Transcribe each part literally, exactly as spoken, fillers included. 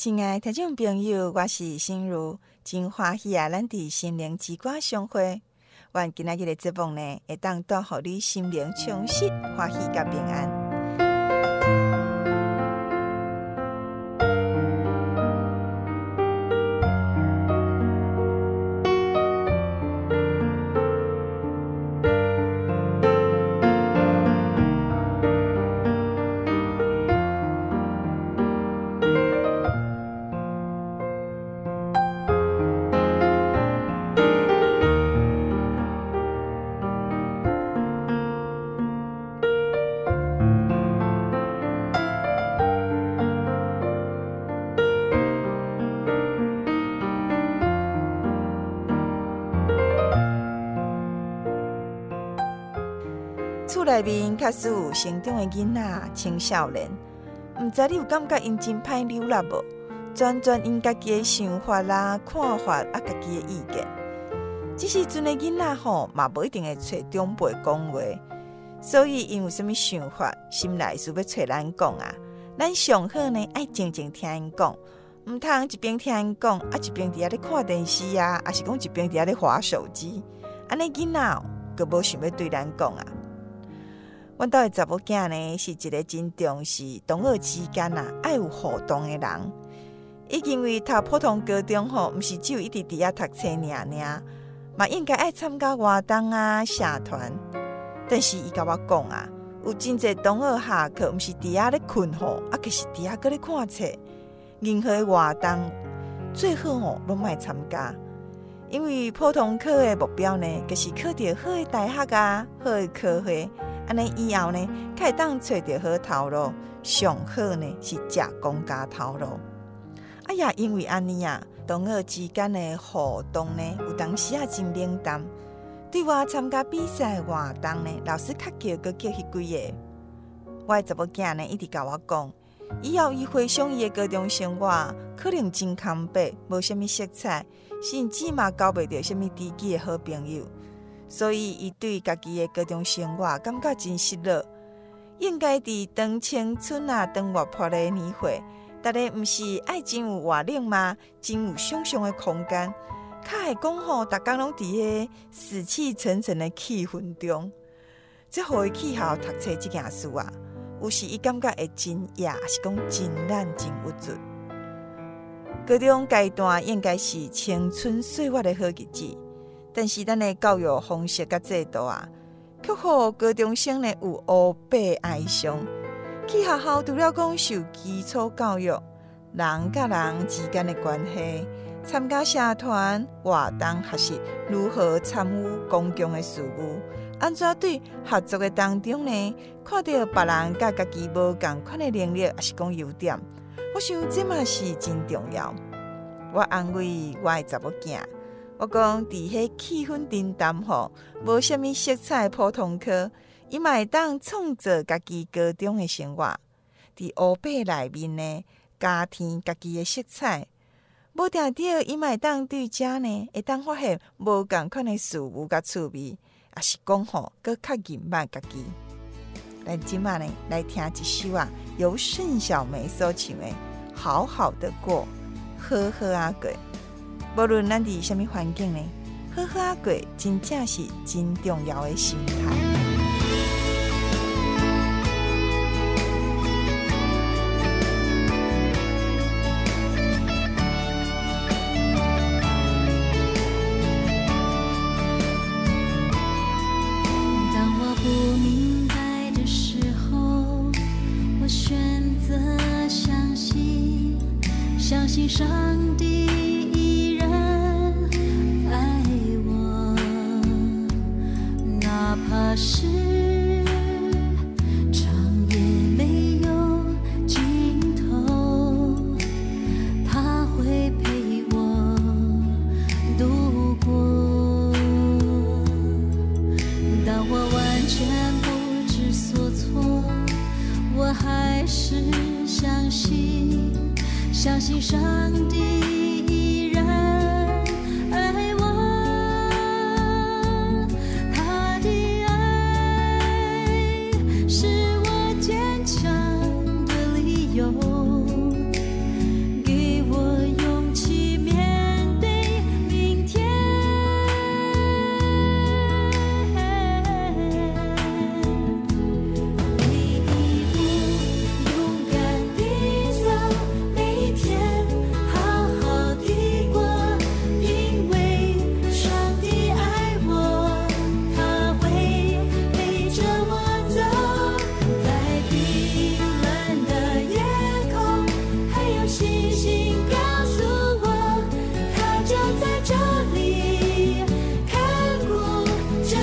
亲爱的听众朋友，我是心如，真欢喜啊！咱伫心灵之歌相会，愿今仔日的节目呢，会当带予你心灵充实、欢喜甲平安。厝内面确实有成长的囡仔、青少年，毋知你有感觉因真歹溜啦无？全全因家己的想法啦、看法啊、家己的意见。即时阵的囡仔吼，嘛无一定会找长辈讲话，所以因有啥物想法，心内是要找咱讲啊。咱上好呢，爱静静听因讲，毋通一边听因讲，啊一边伫遐咧看电视啊，还是讲一边伫遐咧滑手机，安尼囡仔佫无想要对咱讲啊。阮兜的查某囝呢，是一个真重视同学之间啊爱有互动的人。伊认为读普通高中吼，毋是只有一直伫遐读册尔尔，嘛应该爱参加活动啊、社团。但是伊甲我讲啊，有真侪同学下课，毋是伫遐咧困吼，啊，就是伫遐搁咧看册。任何的活动最好吼拢莫参加，因为普通考的目标呢，就是考到好的大学啊、好的科系。安尼以后呢，才会当找到好头路。上好呢是食公家头路。啊也因为安尼啊，同学之间的互动呢，有当时啊真冷淡。对我参加比赛的活动呢，老师较叫搁叫迄几个。我的查某囝呢，一直甲我讲，以后伊回想伊的高中生活，可能真空白，无啥物色彩，甚至嘛交袂到啥物知己的好朋友。所以，伊对家己的高中生活感觉真失落。应该伫当青春啊、当活泼的年岁，逐个毋是爱真有活力吗？真有想象的空间，较会讲吼，逐工拢伫迄死气沉沉的气氛中。这互伊去校读册这件事啊，有时伊感觉会真野，还是讲真懒、真无助。高中阶段应该是青春岁月的好日子。但是，咱的教育方式甲制度啊，却互高中生呢有乌白哀伤。去学校除了讲受基础教育，人甲人之间的关系，参加社团活动，学习如何参与公共的事务，安怎对合作的当中呢，看到别人甲家己无共款的能力，还是讲优点，我想这嘛是真重要。我安慰我的查某囝。我讲，伫迄气氛沉淡吼，无啥物色彩普通科，伊嘛会当创造家己高中的生活。伫乌白内面呢，加添家己的色彩。无定着，伊嘛会当对遮呢，会当发现无共款的事物甲趣味，也是讲吼，搁较认捌家己。咱即马呢，来听一首啊，由盛小梅所唱的《好好的过》，好好啊过。无论咱伫什么环境呢，好好啊过，真正是真重要的心态。 当我不明白的时候，我选择相信，相信上帝怕是长夜没有尽头，他会陪我度过。当我完全不知所措，我还是相信，相信上帝依然爱我。给星星告诉我，他就在这里看顾着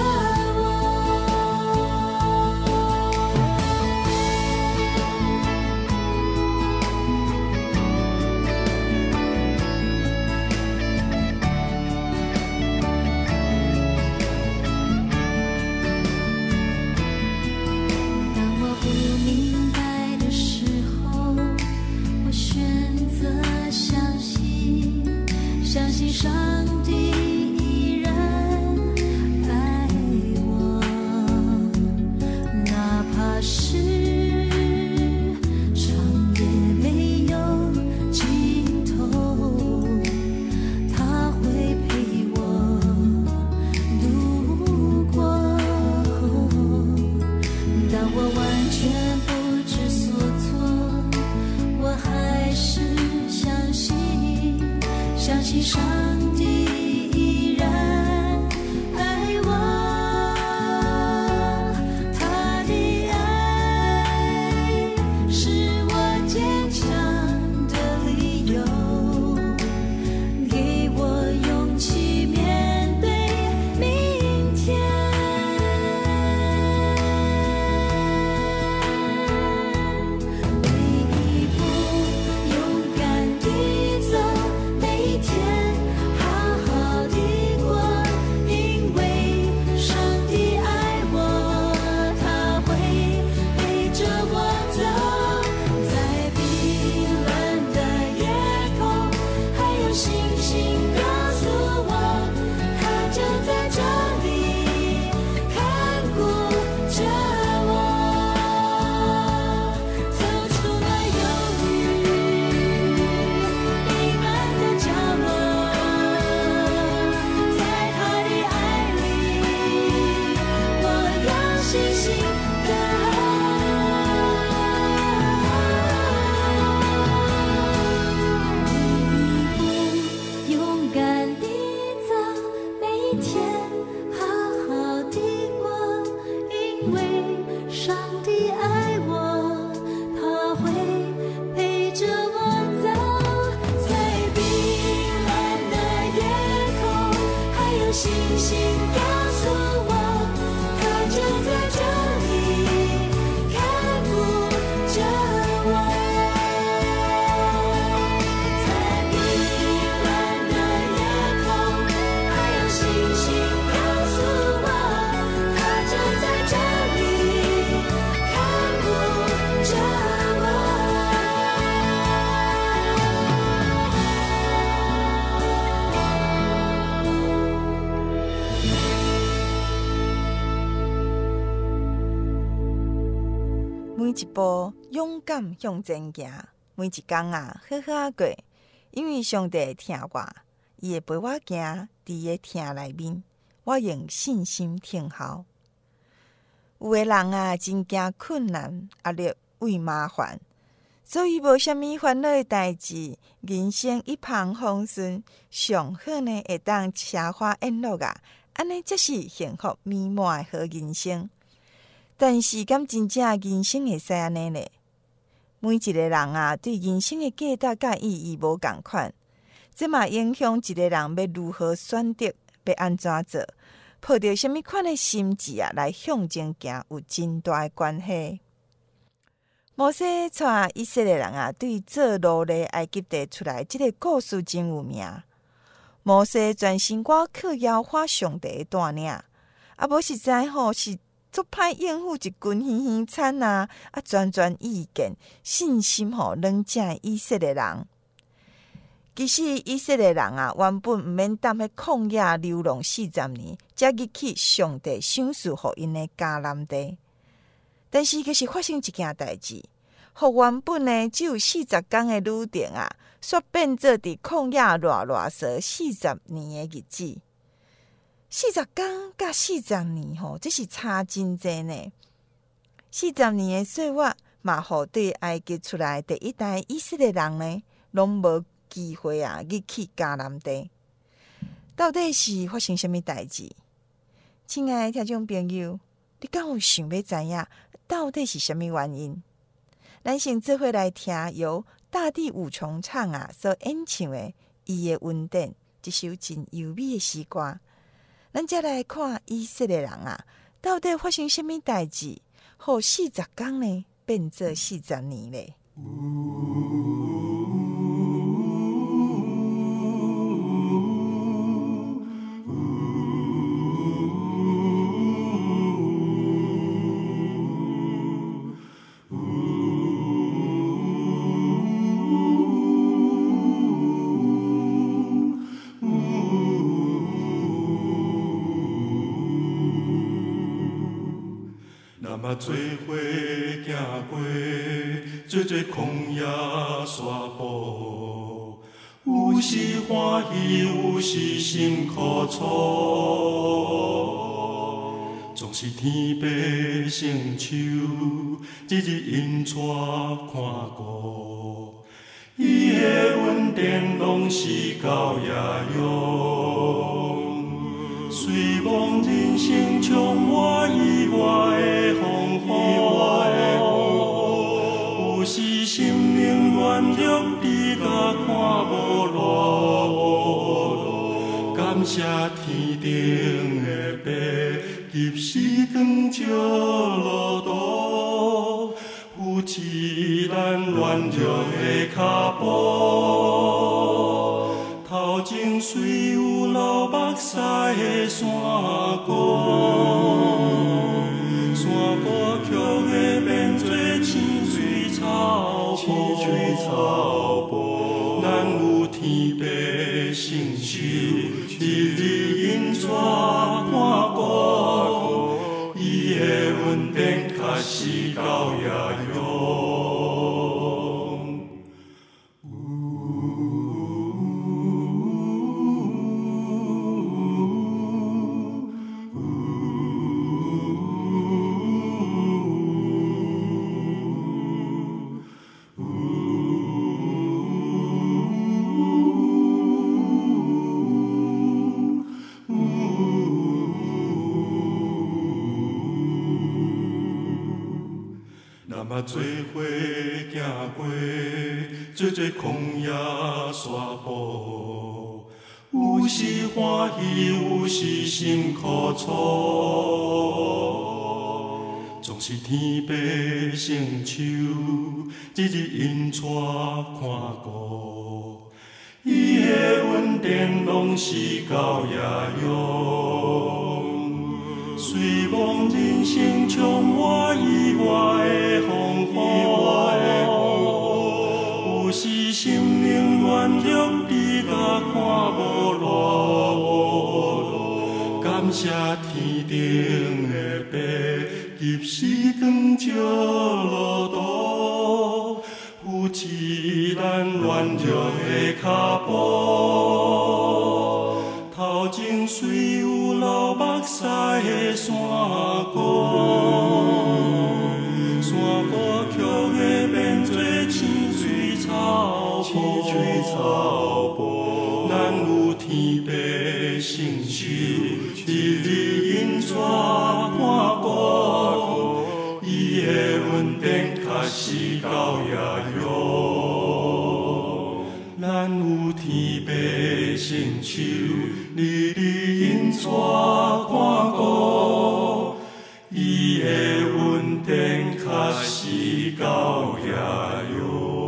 上帝依然爱我，哪怕是长夜没有尽头，他会陪我度过。当我完全不知所措，我还是相信，相信上帝依然爱我，他的爱是我坚强的理由，给我勇气面对明天。每一步勇敢地走，每一天每一步勇敢向前行，每一天啊好好啊过，因为上帝会听我，伊会陪我行，伫伊的听内面，我用信心听候。有的人啊真惊困难、压力、畏麻烦，所以无啥物烦恼的代志，人生一帆风顺，上好呢会当车花宴乐啊，安尼才是幸福美满的好人生。但是，敢真正人生会使安尼呢？每一个人啊，对人生的价值甲意义无共款，这嘛影响一个人要如何选择，要安怎做，抱着什么款的心志啊，来向前行，有真大的关系。摩西带以色列人啊，对做奴隶埃及地出来，这个故事真有名。摩西全心我靠耶和华上帝的带领，啊，无实在吼是。足歹应付一群鱼鱼餐啊！啊，全全意见、信心吼软正的以色列人。其实以色列人啊，原本毋免担迄旷野流浪四十年，才入去上帝赏赐互因的迦南地。但是，就是发生一件代志，互原本呢只有四十天的旅程啊，煞变做伫旷野热热踅四十年的日子。四十天甲四十年吼，这是差真济呢。四十年的岁月，嘛，互对埃及出来第一代以色列人呢，拢无机会啊，入去迦南地。到底是发生什么代志？亲爱的听众朋友，你敢有想要知影到底是什么原因？咱先做伙来听由大地五重唱啊所演唱的伊的恩典，一首真优美的诗歌。咱再来看以色列人啊，到底发生什么代志，互四十天呢变做四十年咧？ 嘛做伙行过，做做旷野沙坡，有时欢喜，有时心苦楚，总是天白成秋，日日阴带看顾，伊的恩典拢是到夜用，随望人生充满意外的风雨，有时心灵软弱，你甲看无路，感谢天顶的白，及时光照路途，扶持咱软弱的脚步。头前虽有流目屎的山谷，山谷曲的变做青水草坡，咱有天白信心，日日因带看顾，伊的恩典确实到夜用。做伙行过，做做旷野沙坡，有时欢喜，有时心苦楚，总是天白成秋，日日因带看顾，伊的恩典拢是到夜用，随望人生充满意外的风雨，有时心灵软弱，你甲看无路，感谢天顶的白，及时光照路途，扶持咱软弱的脚步。头前虽有流目屎的山谷，山谷曲的变做青水草坡，咱有天白信心，日日因带看顾，伊的恩典确实到夜用。咱有天白伸手，日日因带看顾，伊的恩典确实到夜用。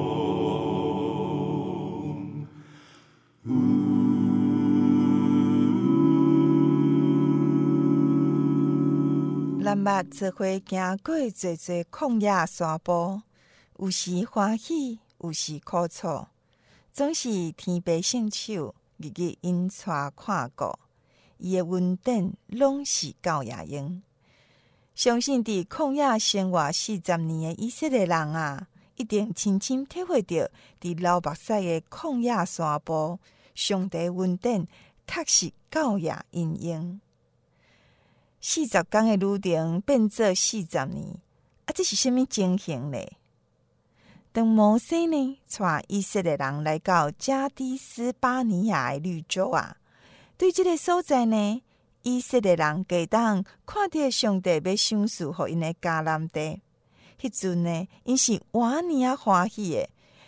咱捌做伙行过侪侪旷野山坡，有时欢喜，有时苦楚，总是天白成手，日日因带看顾，伊的恩典拢是到夜用。相信伫旷野生活四十年的以色列人啊，一定深深体会到伫流目屎的旷野山坡，上帝恩典确实到夜因用。四十天的旅程变做四十年，啊，这是什么情形呢？当摩西呢带以色列人来到加低斯巴尼亚的绿洲啊，对这个所在呢，以色列人加当看到上帝要赏赐予因的迦南地，迄阵呢，因是哇尼啊欢喜的，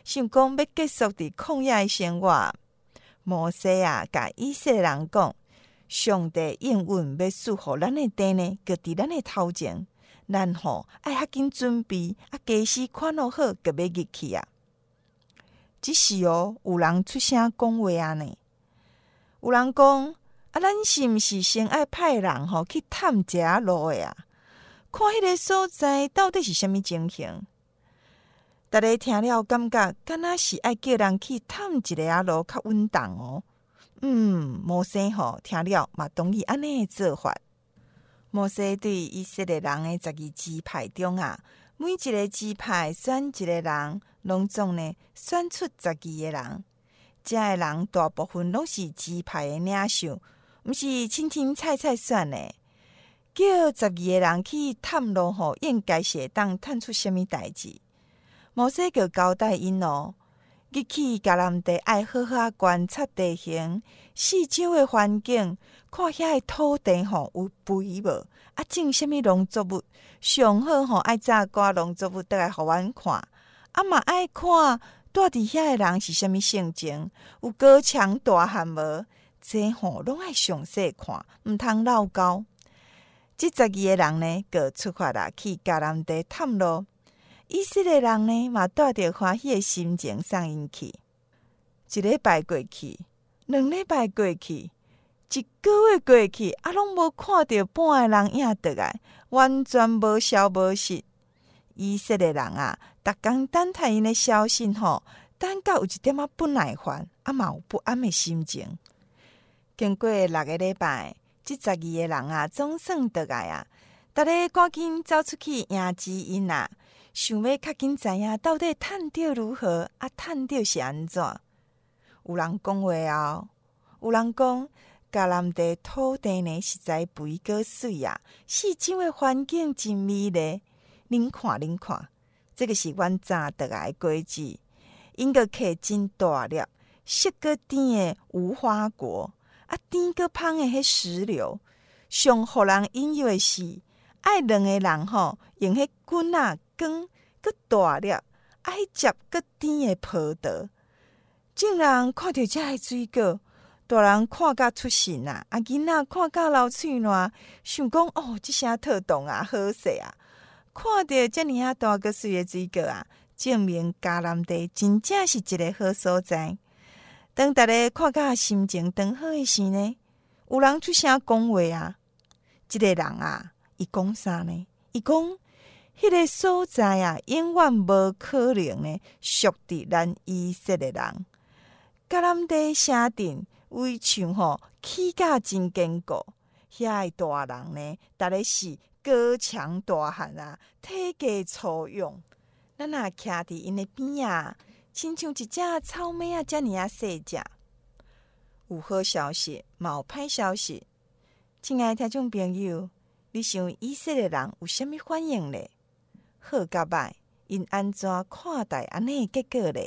想讲要结束伫旷野的生活。摩西啊，甲以色列人讲，上帝应允要赐予咱的地呢，就伫咱的头前。咱吼爱较紧准备，啊，假使看落好，就要入去啊。只是哦，有人出声讲话啊呢。有人讲啊，咱是毋是先爱派人吼去探一下路的啊？看迄个所在到底是啥物情形？大家听了感觉，敢若是爱叫人去探一下啊路较稳当哦。嗯，摩西吼听了嘛同意安尼的做法。摩西对以色列人的十二支派中啊，每一个支派选一个人，拢总呢选出十二个人。这个人大部分拢是支派的领袖，毋是清清菜菜选的。叫十二个人去探路吼，应该是会当探出什么代志？摩西就交代因哦，入去迦南地爱好好观察地形、四周的环境，看遐个土地吼有肥无，啊种什么农作物，上好吼爱早挂农作物倒来互阮看，啊嘛爱看住伫遐个人是啥物性情，有高强大汉无？这吼拢爱详细看，毋通漏交。这十二个人呢，就出发啦，去迦南地探路。以色列人呢，嘛带着欢喜的心情送因去。一礼拜过去，两礼拜过去，一个月过去，啊，拢无看到半个人影倒来，完全无消无息。以色列人啊，逐工等待因的消息吼，等到有一点仔不耐烦，啊嘛有不安的心情。经过六个礼拜，这十二个人啊，总算倒来啊，大家赶紧走出去迎接因啊！想要较紧知影到底趁着如何，啊，趁着是安怎？有人讲话哦，有人讲迦南地土地呢实在肥果水啊，四周的环境真美丽。恁看恁看，这个是阮早倒来的果子，因个摕真大粒，色个甜的无花果，啊甜个芳的迄石榴。上互人引诱的是，爱两个人吼，用迄棍仔光个大粒，啊迄接个甜的葡萄。众人看到这个水果，大人看甲出神啊，啊囡仔看甲流喙烂，想讲哦，这啥特动啊，好势啊！看到遮尔啊大个水的水果啊，证明迦南地真正是一个好所在。当大家看甲心情长好的时呢，有人出声讲话啊，这个人啊，伊讲啥呢？伊讲，迄个所在啊，永远无可能呢属伫咱以色列人。迦南地城镇围墙吼起甲真坚固，遐个大人呢，逐个是高强大汉啊，体格粗勇。咱若徛伫因的边啊，亲像一只草莓啊，遮尔啊细只。有好消息，嘛有歹消息。亲爱的听众朋友，你想以色列人有啥物反应咧？好甲歹，因安怎看待安尼的结果咧？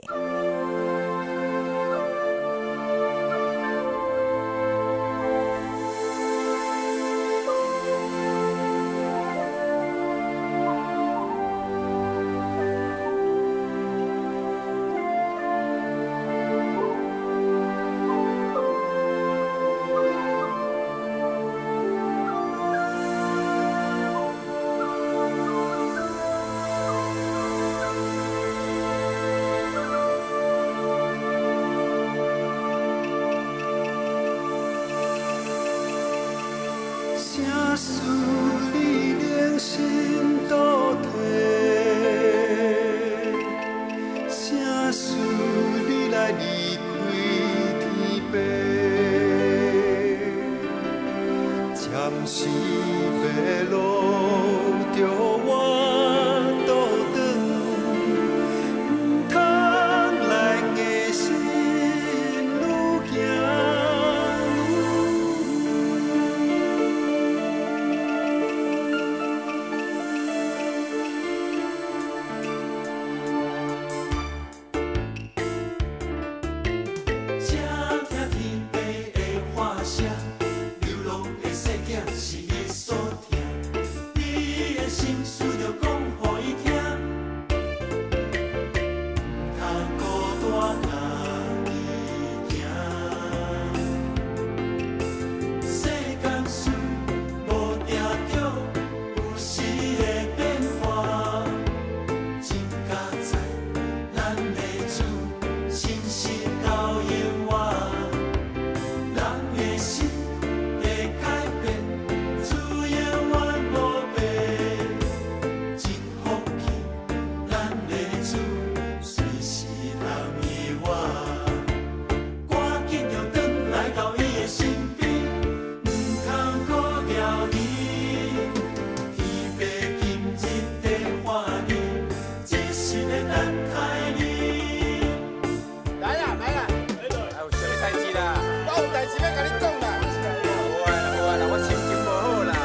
代志要甲你讲啦。无啊啦无啊啦，我心情无好啦。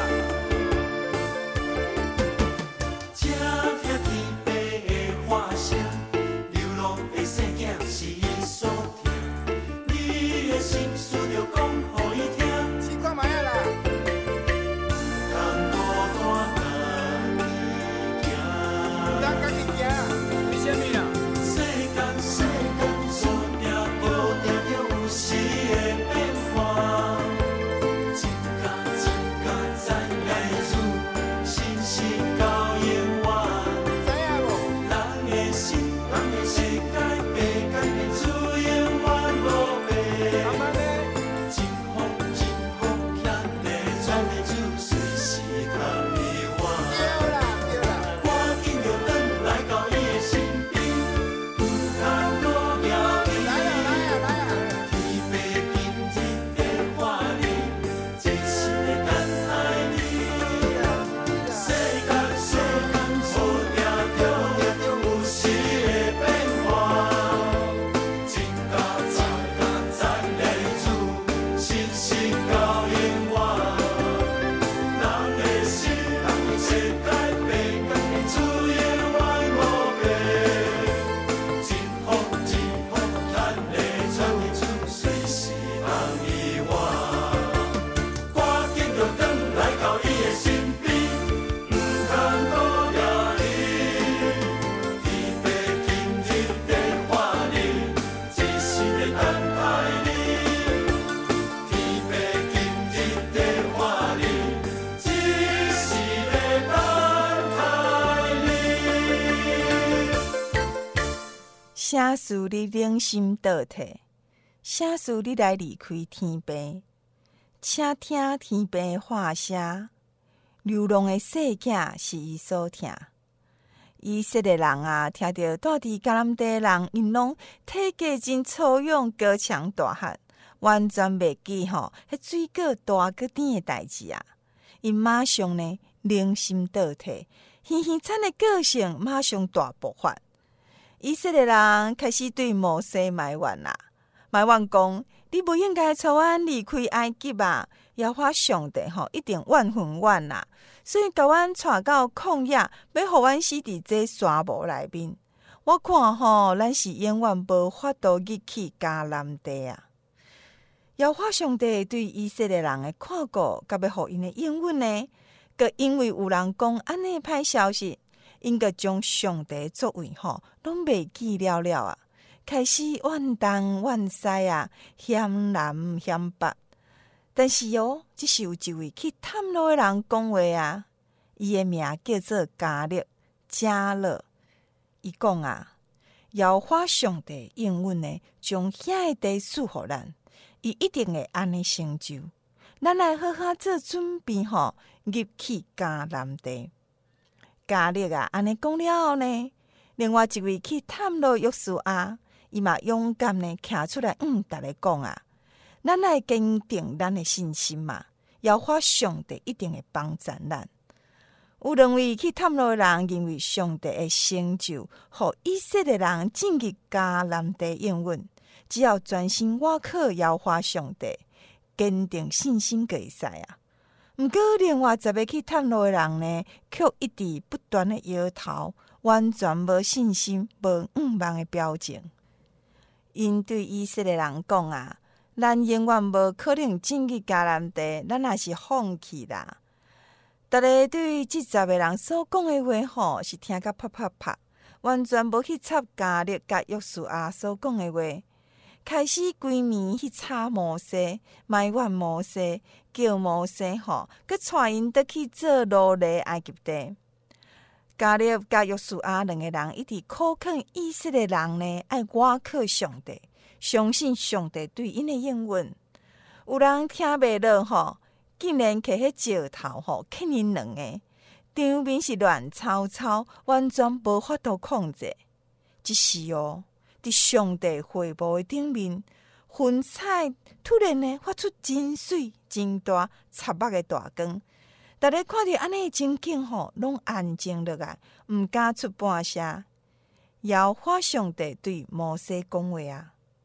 听听天边的花声，流浪的细囝是伊所听，你的心事就讲予伊听。 试看卖啊啦。 通孤单家己行， 唔通家己行，为什么啦？ 世间世间所定着定着有时的变化，一甲一甲咱来自心事到永远。 知影无？ 人的心，人的世界被改变，自永远无变。 阿妈呢？ 真风真风，险的转的主，随时通意我。 对啦对啦。 赶紧就转来到伊的身边，不通搁遥伊。 来啊来啊来啊！ 天白今日的花儿，真心的等待你。世间世间所定着有时的变化，一甲一甲咱来自心事到永远。人的心，人的世界被改变，自永远无变。真风真风，咱的传的主，随时通意我。赶紧就转来到伊的身边，唔通搁掠伊。天白今日的花儿，真心的等待你。天白今日的花儿，真心的等待你。 啥事你冷心倒退，啥事你来离开天边，请听天边的话声。流浪的细囝是伊所听。以色列人啊，听到住伫迦南地人，因拢体格真粗勇、高强大汉，完全袂记吼，迄水果大个甜的代志啊！因马上呢，冷心倒退，嘻嘻惨的个性马上大爆发。以色列人开始对摩西埋怨啦，埋怨讲：你不应该带阮离开埃及啊！耶和华上帝吼一定怨恨阮啦，所以甲阮带到旷野，要互阮死伫这沙漠内面。我看吼，咱是永远无法度入去迦南地啊！耶和华上帝对以色列人的看顾，甲要互因的应允呢，佮因为有人讲安尼歹消息，因个将上帝的作为吼，拢袂记了了啊！开始怨东怨西啊，嫌南嫌北。但是哦，这是有一位去探路的人讲话啊，伊的名叫做加勒，加勒。伊讲啊，耶和华上帝应允的，将遐个地赐互咱，伊一定会安尼成就。咱来好好做准备吼，入去迦南地。加勒啊，安尼讲了后呢，另外一位去探路约书亚，伊嘛勇敢的徛出来，嗯，逐个讲啊。咱来坚定咱的信心嘛，耶和华上帝一定会帮助咱。有两位去探路的人认为上帝的成就，互以色列人进入迦南地应允，只要专心倚靠耶和华上帝，坚定信心就会使啊。毋过另外十个去探路的人呢，却一直不断的摇头，完全无信心、无愿望的表情。因对以色列人讲啊，咱永远无可能进入迦南地，咱也是放弃啦。逐个对即十个人所讲的话吼，是听甲啪啪啪，完全无去插加勒甲约书亚所讲的话，开始规暝去吵摩西，埋怨摩西，叫摩西吼，佮带因倒去做奴隶埃及地。加勒甲约书亚两个人一直苦劝以色列人呢，爱倚靠上帝。相信上帝对因的应允，有人听袂落吼，竟然摕迄石头吼砍因两个，场面是乱糟糟，完全无法度控制。这时哦，伫上帝会幕的顶面，云彩突然呢发出真水、真大、插目的大光。大家看到安尼的情景吼，拢安静落来，毋敢出半声。耶和华上帝对摩西讲话啊。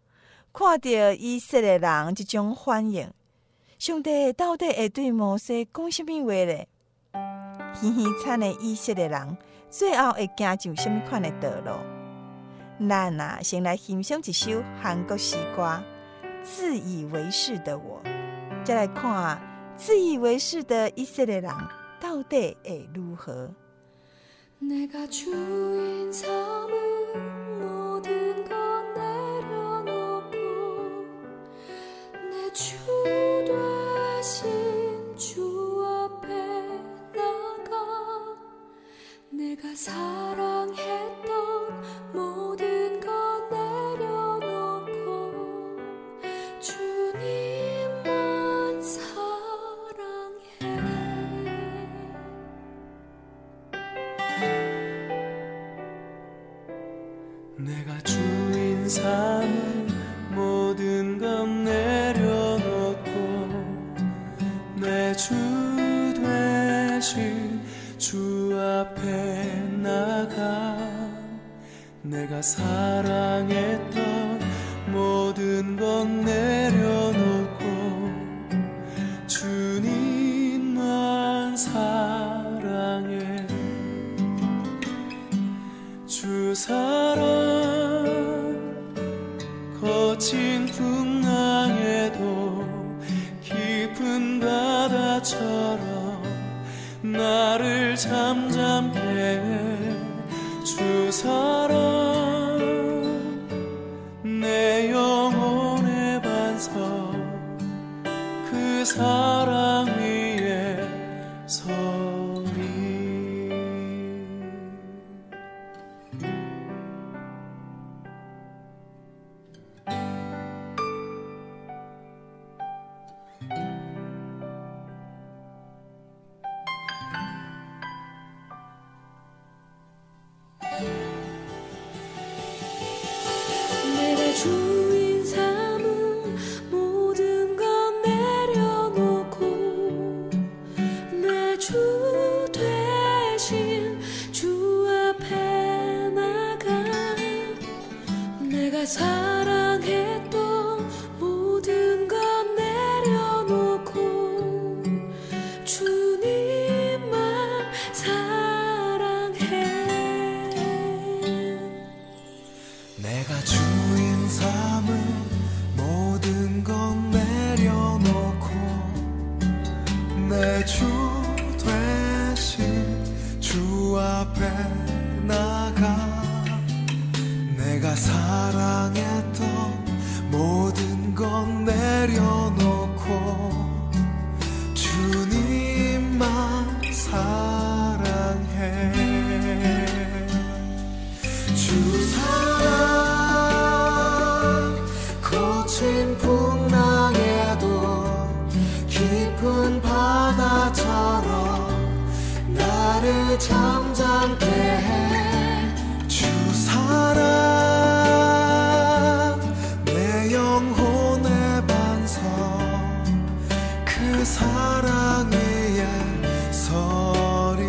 看到以色列人这种反应，上帝到底会对摩西讲什么话呢？稀稀惨的以色列人最后会行上什么款的道路？咱啊，先来欣赏一首韩国诗歌《自以为是的我》，再来看自以为是的以色列人到底会如何？ 내가 주인 삼은 모든 것 내려놓고 내 주 되신 주 앞에 나가 내가 사랑했던 모든 것 내려놓고 주님만 사랑해 내가 주인 삼은 모든 것 내려놓고 내 주 되신 주 앞에 나가 내가 사랑했던 모든 것 내려놓고 주님만 사랑해 주 사랑 거친 풍랑에도 깊은 바다처럼 나를 잠잠케 해 주 사랑 내 영혼의 반석 그 사랑 위에 서리 내가 주인 삼은 모든 것 내려놓고 내 주 되신 주 앞에 나가 내가 사랑했던 모든 것 내려놓고 주님만 사랑해 내가 주인 삼은 모든 것 내려놓고 내 주 되신 주 앞에 나가 내가 사랑했던 모든 것 내려놓고 주님만 사랑해 주 사랑 거친 풍랑에도 깊은 바다처럼 나를 잠잠케 해 주 사랑 내 영혼의 반석 그 사랑 위에 서리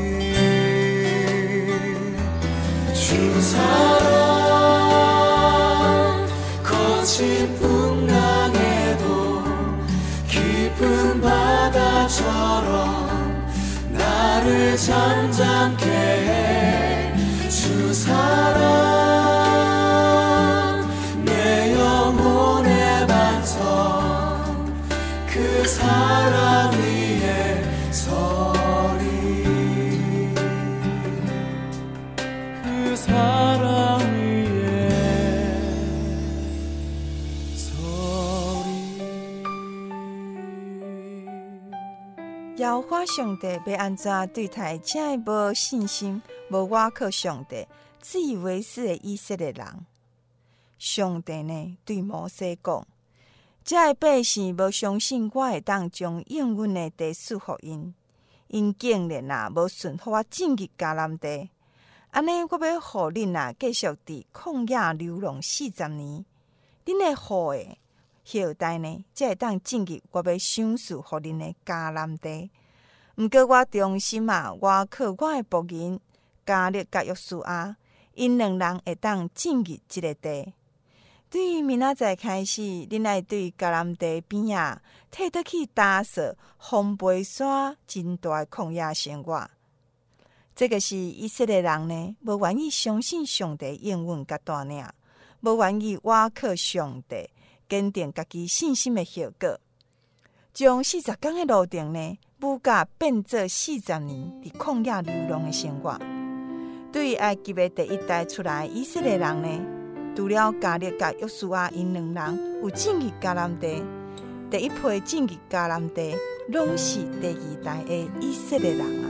주 사랑 거친 풍랑에도 깊은 바다처럼 나를 잠잠케 해 주 사랑 내 영혼의 반석 그 사랑 위에 서리 그 사랑 위에 서리 摇花上帝要安怎对待这个无信心、无倚靠上帝、自以为是的以色列人？上帝呢对摩西讲：这个百姓无相信我会当将应允的地赐予因，因竟然啊无顺服我进入迦南地。安尼，我要互恁啊继续伫旷野流浪四十年，恁的后的后代呢，才会当进入我要赏赐互恁的迦南地。毋过我忠心啊，我靠我的仆人加勒甲约书亚，因两人会当进入即个地。 对明仔载开始，恁来对加南地边仔摕倒去打扫风背山真大的旷野生活。这个是以色列人呢，无愿意相信上帝应允甲带领，无愿意倚靠上帝，坚定家己信心的效果。将四十天的路程呢，武甲变做四十年伫旷野流浪的生活。对于埃及的第一代出来以色列人呢，除了加勒甲约书亚因两人有进入迦南地，第一批进入迦南地，拢是第二代的以色列人啊。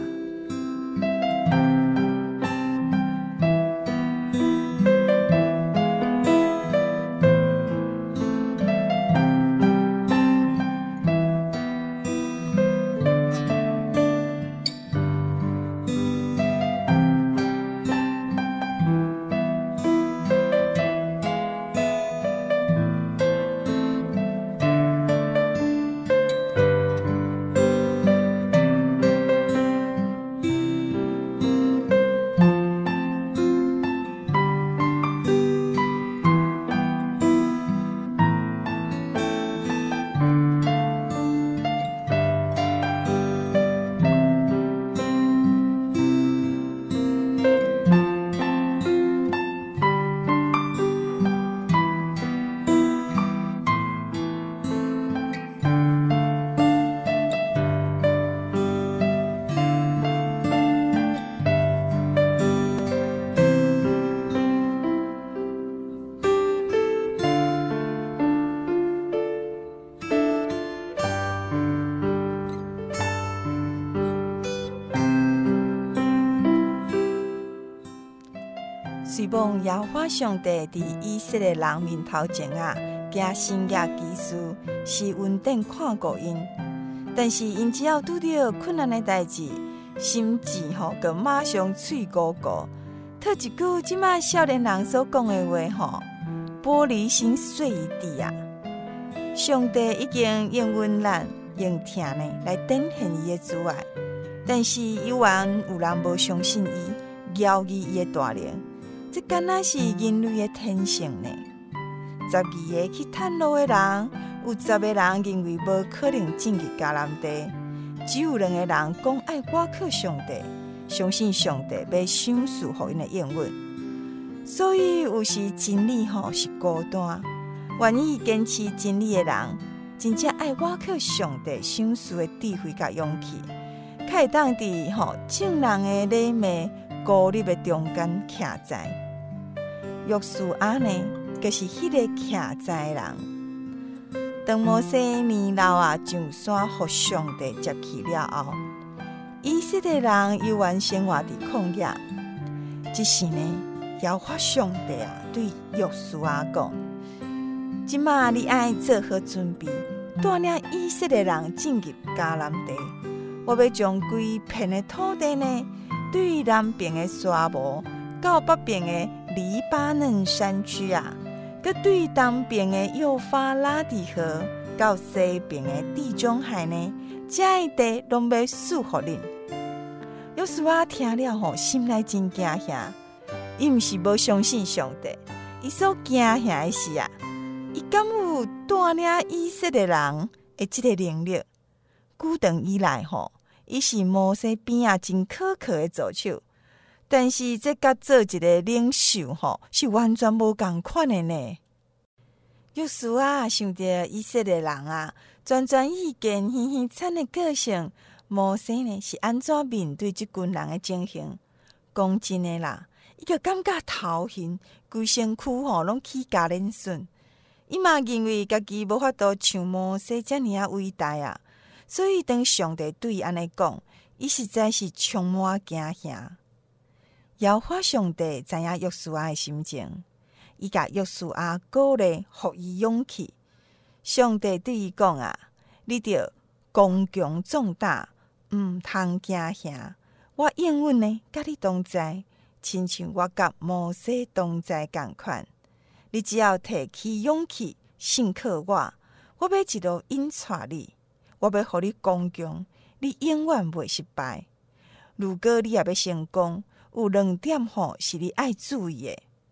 随望耶和华上帝伫以色列人面头前啊，行神业奇事，是稳定看顾因。但是因只要拄到困难的代志，心智吼，就马上脆糊糊。套一句即摆少年人所讲的话吼，玻璃心碎一地啊！上帝已经用温咱用听呢来展现伊的慈爱，但是有缘有人无相信伊，摇疑伊的大能。这敢若是人类的天性呢？十二个去探路的人，有十个人认为无可能进入迦南地，只有两个人讲爱倚靠上帝，相信上帝要赏赐予因的应允。所以有时真理吼是孤单，愿意坚持真理的人，真正爱倚靠上帝赏赐的智慧甲勇气，才会当伫吼众人的礼貌孤立的中间徛在。约书亚呢，就是迄个徛在的人。当摩西年老啊上山，互上帝接去了后，以色列人犹原生活伫旷野。这时呢，耶和华上帝啊对约书亚讲：即马你爱做好准备，带领以色列人进入迦南地。我要将规片的土地呢，对南边的沙漠，到北边的黎巴嫩山区啊，佮对东边的幼发拉底河，到西边的地中海呢，这地拢要赐予恁。约书亚听了吼，心内真惊吓。伊毋是无相信上帝，伊所惊吓的是啊，伊敢有带领以色列人的这个能力？久长以来吼，伊是摩西边啊真苛刻的助手。但是这甲做一个领袖吼，是完全无共款的呢。约书亚想到以色列人啊，全全意见、嘻嘻惨的个性，摩西呢是安怎面对这群人的情形？讲真的啦，伊就感觉头晕，规身躯吼拢起加冷笋。伊嘛认为家己无法度像摩西遮尔啊伟大啊，所以当上帝对伊安尼讲，伊实在是充满惊吓。耶和华上帝知影约书亚的心情，伊甲约书亚鼓励，予伊勇气。上帝对伊讲啊，你着刚强壮大，毋通惊吓。我应允呢，甲你同在，亲像我甲摩西同在共款。你只要提起勇气，信靠我，我要一路引带你，我要予你刚强，你永远袂失败。如果你也要成功，有两点吼是你爱注意的。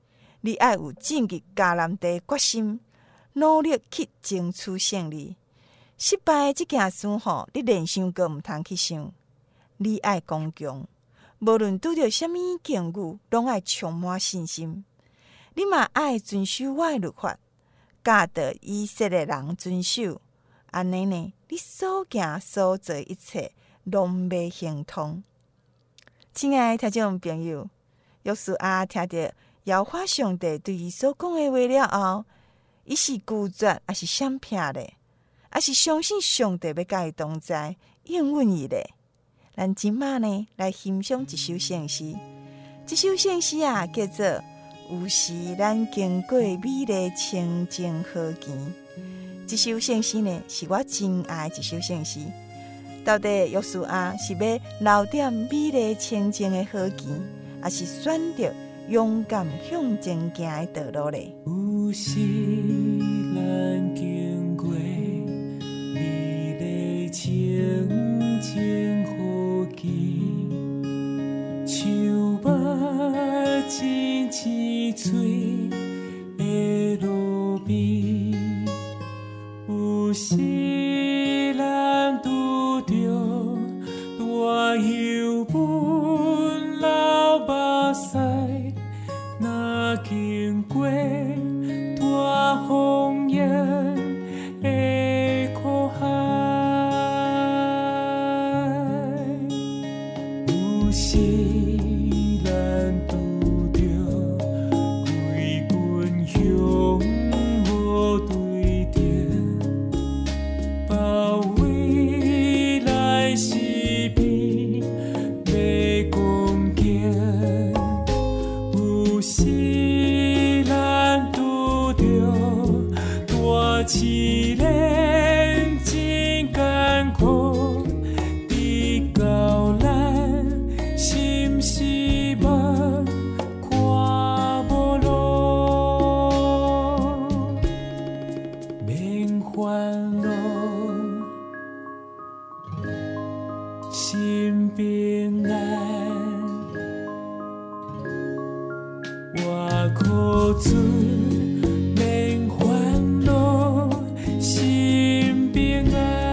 你爱有正直迦南地决心，努力去争取胜利。失败即件事吼，你连想阁毋通去想。你爱刚强，无论拄着什么境遇，拢爱充满信心。你嘛爱遵守我的律法，教导以色列人遵守。安尼呢，你所行所做一切，拢袂形通。亲爱的听众朋友，约书亚听到耶和华上帝对伊所讲的话了后，伊是拒绝，还是闪避咧？还是相信上帝要甲伊同在，应允伊咧？咱即马呢，来欣赏一首圣诗。这首圣诗啊，叫做《有时咱经过美丽清净河墘》。这首圣诗呢，是我真爱一首圣诗。到底约书亚是要留点美丽清净的河墘，还是选择勇敢向前行的道路咧？ 有时咱经过美丽清净河墘，树木真青翠的路边，有时咱拄着大忧闷流目屎，若经过大风烟的苦海，有时咱拄着规群熊无对敌，包围来是边要攻击，有时咱拄着大试炼真艰苦，直到咱心失望看无路，免烦恼，心平安。我苦准免烦恼，心平安。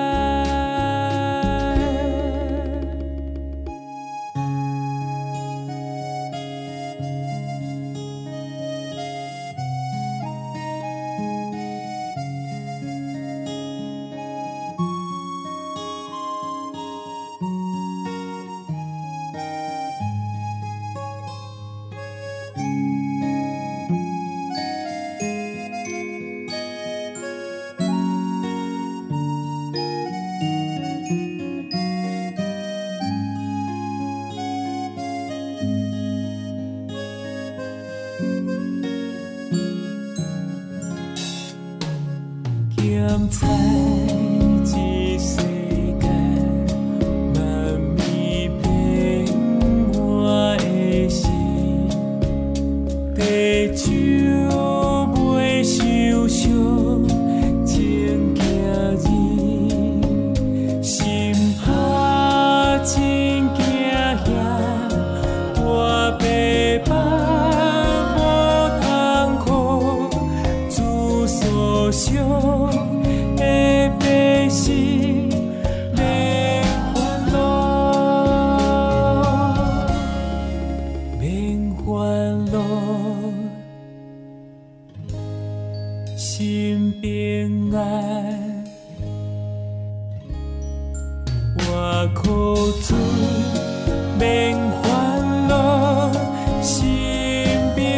咸菜这世界，万味变我的心，地酒袂受伤，情行人，心拍真惊吓，大白板无通苦，自所想。百姓免烦恼，免烦恼，心平安。我苦准免烦恼，心平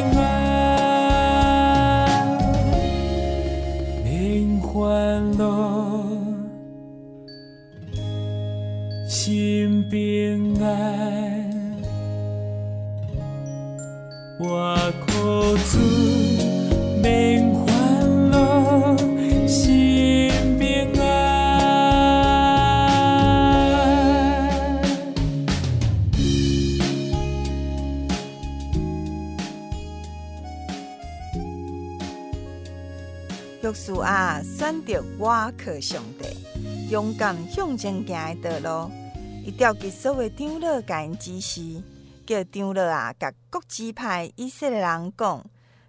安，免烦恼。心平安，我苦准免烦恼，心平安。 约书亚选择我靠上帝，勇敢向前行的道路。伊调集所有长老，甲因指示，叫长老啊，甲各支派以色列人讲：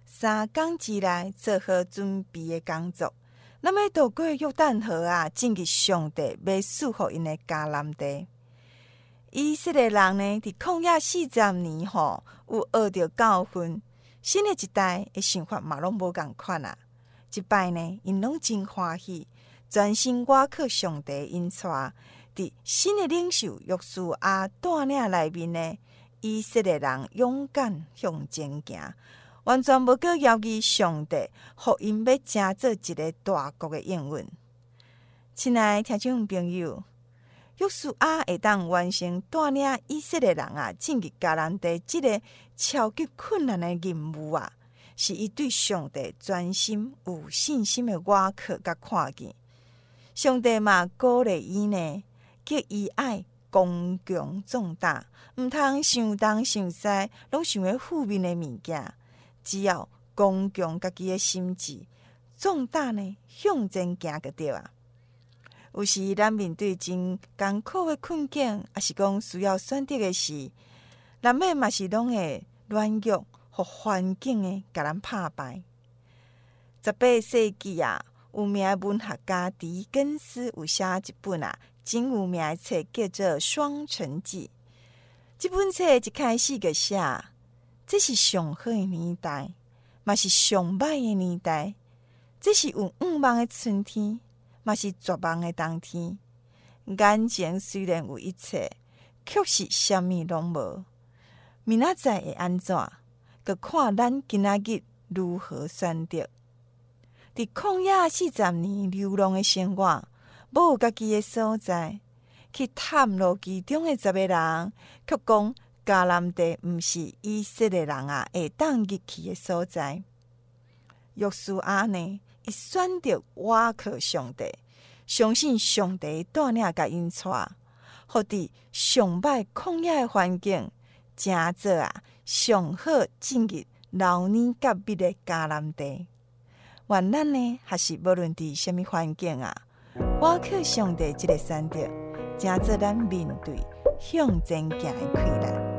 三工之内做好准备的工作，那么渡过约旦河啊，进入上帝要赐福因的迦南地。以色列人呢，伫旷野四十年吼，有学着教训。新的一代的想法嘛，拢无共款啊。即摆呢，因拢真欢喜，全心倚靠上帝因带。伫新的领袖约书亚带领内面呢，以色列人勇敢向前行，完全无过犹豫上帝，互因要成做一个大国的应允。亲爱听众朋友，约书亚会当完成带领以色列人啊进入迦南地这个超级困难的任务啊，是伊对上帝专心有信心的倚靠甲看见。上帝嘛鼓励伊呢，叫伊爱刚强壮大，毋通想东想西，拢想要负面的物件。只要刚强家己的心智，壮大呢向前行就对啊。有时咱面对真艰苦的困境，也是讲需要选择的事，难免嘛是拢会软弱和环境的甲咱拍败。十八世纪啊，有名的文学家狄更斯有写一本啊真有名的册，叫做《双城记》。这本册一开始就写，这是上好的年代，嘛是上歹的年代。这是有五梦的春天，嘛是绝望的冬天。眼前虽然有一切，却是啥物拢无。明仔载会安怎？就看咱今仔日如何选择。伫旷野四十年流浪的生活，无有家己的所在，去探路其中的十个人，却讲迦南地毋是以色列人啊会当入去的所在。约书亚呢，伊选择倚靠上帝，相信上帝带领甲因带，互伫上歹旷野的环境，成做啊上好进入老年甲密的迦南地。愿咱呢，还是无论伫什么环境啊，倚靠上帝这个选择，成做咱面对向前行的开来。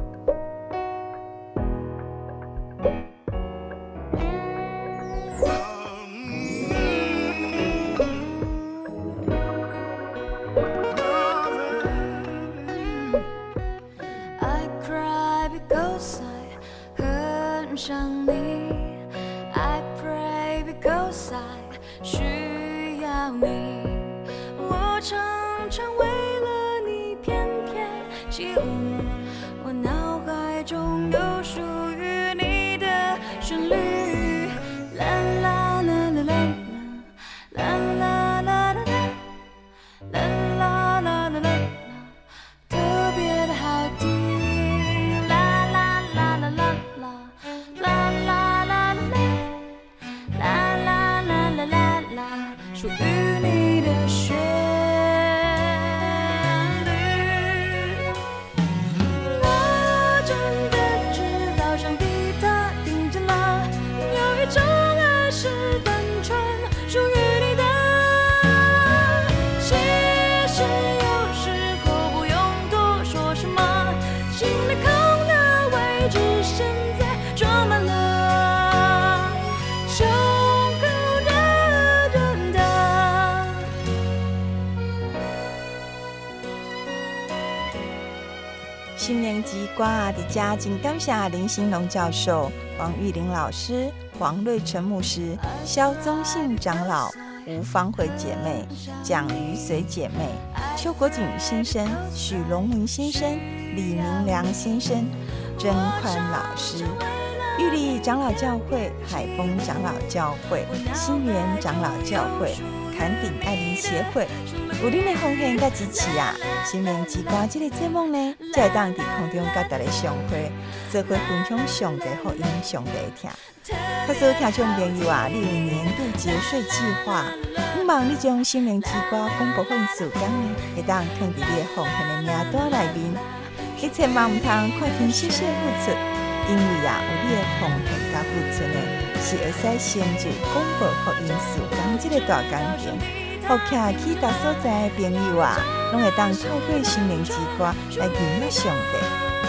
心灵之歌啊，伫遮真感谢林兴龙教授、黄玉玲老师、黄瑞成牧师、萧宗信长老、吴芳慧姐妹、蒋于水姐妹、邱国景先生、许龙文先生、李明良先生、甄宽老师、玉立长老教会、海丰长老教会、新源长老教会、坎顶爱邻协会，有恁的奉献甲支持啊！心灵之歌这个节目呢，才会当伫空中甲大家相会，做伙分享上帝福音，上帝听。假使听众朋友啊，你有年度节税计划，希望你将心灵之歌广播份数讲呢，会当放伫你的奉献的名单内面。你千万毋通看轻小小付出，因为啊，有你的奉献甲付出呢，是会使成就广播福音数讲这个大工程。互徛去达所在的朋友啊，拢会当透过心灵之歌来认识上帝。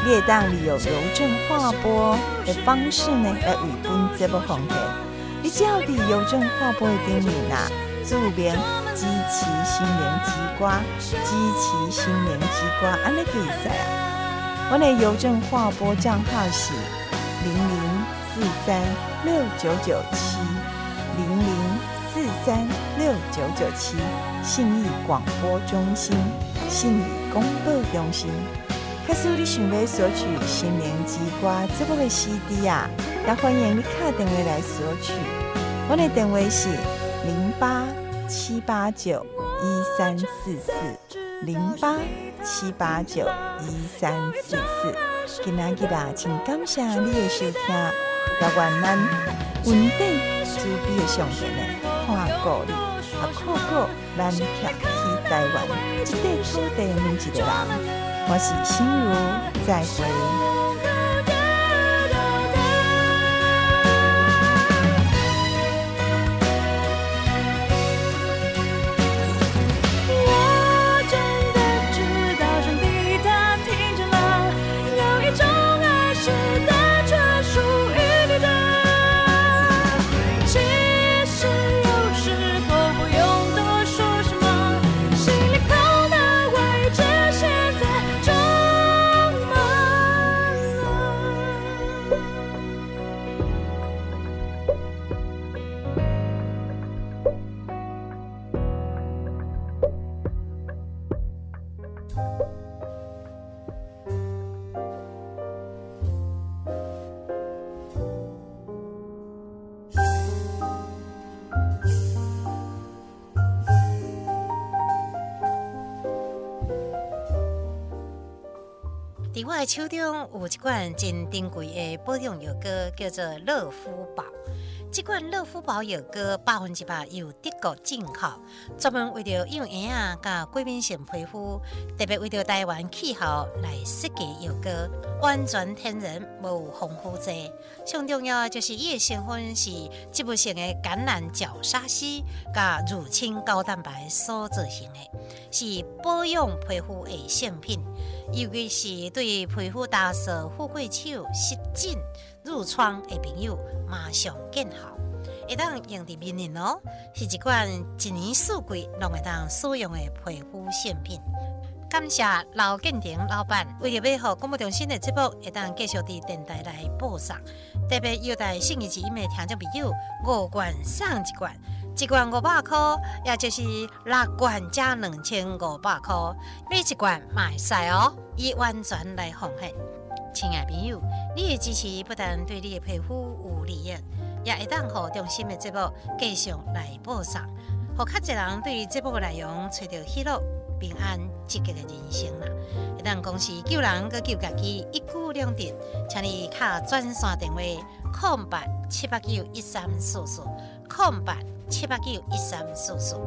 你会当利用邮政划拨的方式呢，来为本节目奉献。你只要伫邮政划拨的顶面啊，注明支持心灵之歌，支持心灵之歌，安尼就会使啊。我的邮政划拨账号是零零四三六九九七零零四三六九九七，信义广播中心，信义广播中心。假使你想要索取《心灵之歌》这部的 C D 啊，也欢迎你打电话来索取。我的电话是零八七八九一三四四零八七八九一三四四。今仔日啊，请感谢你的收听，也愿咱稳定慈悲的上帝呢，看顾你，也看顾咱徛去台湾这块土地每一个人。我是心如，再会。 伫我的手中有一罐真珍贵的保养药膏，叫做乐肤宝。这款乐肤宝药膏百分之百由德国进口，专门为着幼婴仔甲过敏性皮肤，特别为着台湾气候来设计药膏，完全天然，无有防腐剂。上重要就是伊的成分是植物性的橄榄角鲨烯甲乳清高蛋白所造成的，是保养皮肤的圣品。尤其是对皮肤干燥、富贵手、湿疹、褥疮的朋友，马上见效，会当用伫面面哦，是一款一年四季拢会当使用的皮肤圣品。感谢刘建廷老板，为了要让广播中心的节目会当继续伫电台来播送，特别优待信义之音的听众朋友五罐送一罐。一罐五百块，也就是六罐加两千五百块，每一罐嘛会使哦，伊完全来奉献。亲爱朋友，你的支持不但对你的皮肤有利益，也会当互中心的节目继续来播送，互较侪人对节目的内容找到喜乐、平安、积极的人生啦。会当公司救人佮救家己，一举两得。请你卡转线电话空八七八九一三四四空八。七八九一三四四。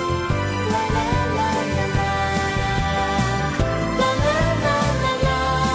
啦啦啦啦啦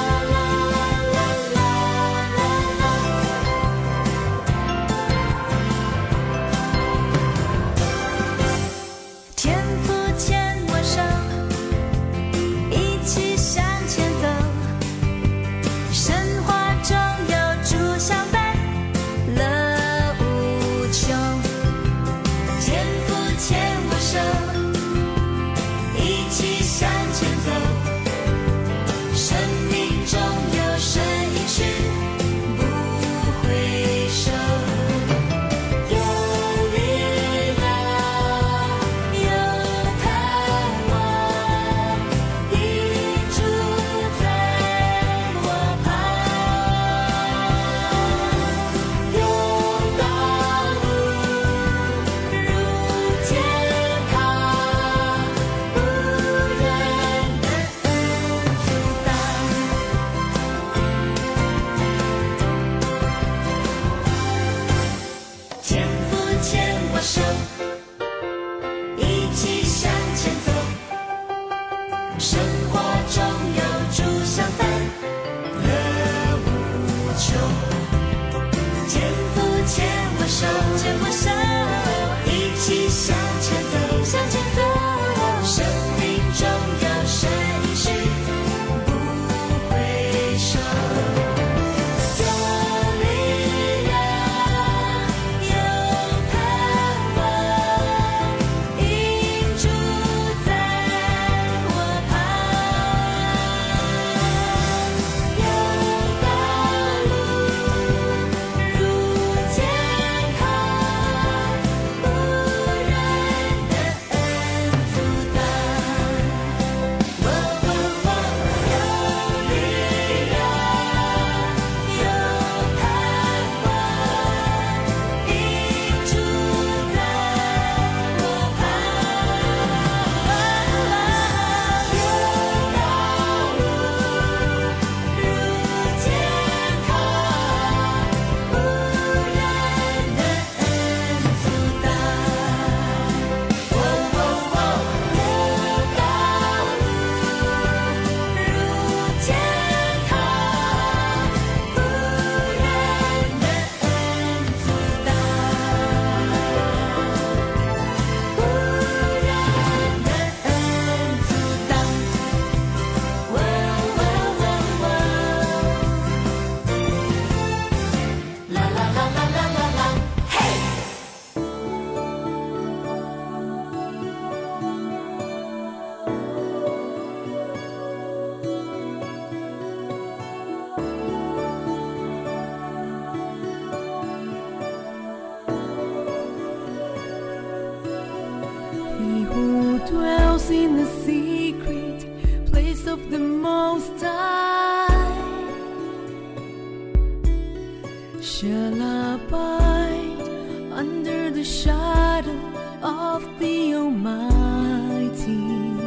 Shall abide under the shadow of the Almighty.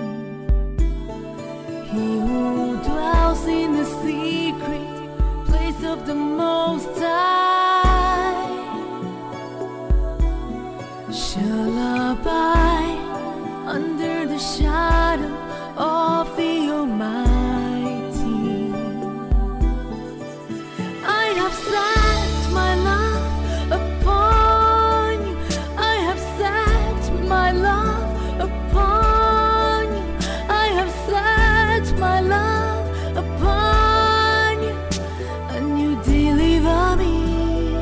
He who dwells in the secret place of the Most High shall abide under the shadow of the Almighty. I have set my love upon you. I have set my love upon you. I have set my love upon you, and you deliver me.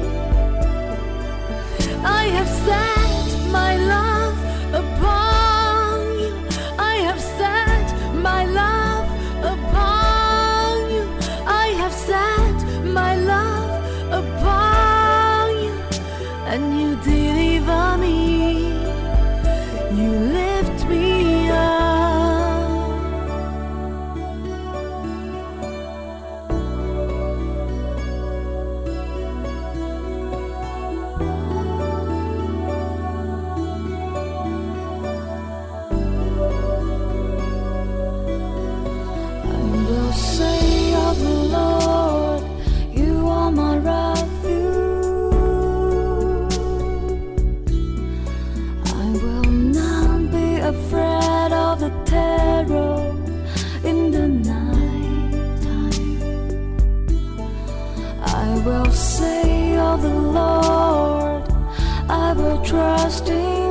I have set my love upon you. I have set my love upon you. I have set my love upon you, and you deliver me. You lift me up. I will say of the Lord, you are my refuge. I will not be afraid of the terror in the night time. I will say of the Lord, I will trust in